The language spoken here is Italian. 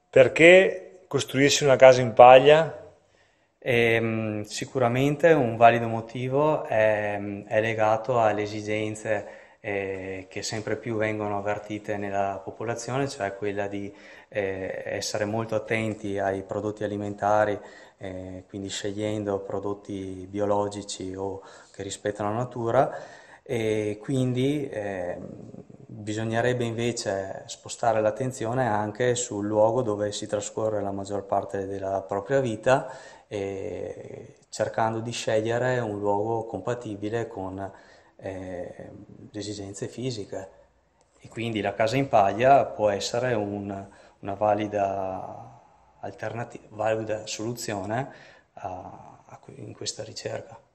Perché costruirsi una casa in paglia? Sicuramente un valido motivo è legato alle esigenze che sempre più vengono avvertite nella popolazione, cioè quella di essere molto attenti ai prodotti alimentari, quindi scegliendo prodotti biologici o che rispettano la natura, e quindi bisognerebbe invece spostare l'attenzione anche sul luogo dove si trascorre la maggior parte della propria vita, cercando di scegliere un luogo compatibile con le esigenze fisiche. E quindi la casa in paglia può essere una valida alternativa, valida soluzione in questa ricerca.